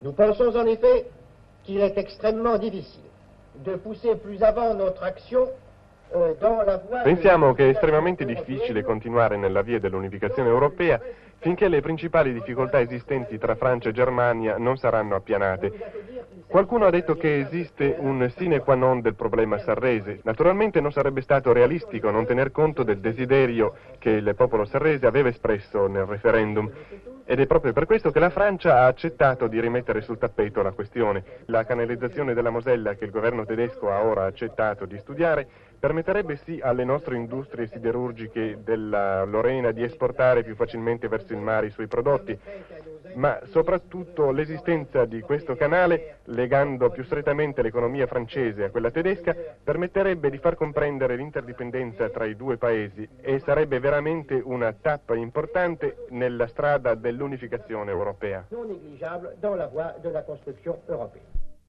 Nous pensons en effet qu'il est extrêmement difficile de pousser plus avant notre action dans la voie. Pensiamo che è estremamente difficile continuare nella via dell'unificazione europea finché le principali difficoltà esistenti tra Francia e Germania non saranno appianate. Qualcuno ha detto che esiste un sine qua non del problema sarrese. Naturalmente non sarebbe stato realistico non tener conto del desiderio che il popolo sarrese aveva espresso nel referendum. Ed è proprio per questo che la Francia ha accettato di rimettere sul tappeto la questione. La canalizzazione della Mosella, che il governo tedesco ha ora accettato di studiare, permetterebbe sì alle nostre industrie siderurgiche della Lorena di esportare più facilmente verso il mare i suoi prodotti, ma soprattutto l'esistenza di questo canale, legando più strettamente l'economia francese a quella tedesca, permetterebbe di far comprendere l'interdipendenza tra i due paesi e sarebbe veramente una tappa importante nella strada dell'unificazione europea. Non négligeable dans la voie de la construction européenne.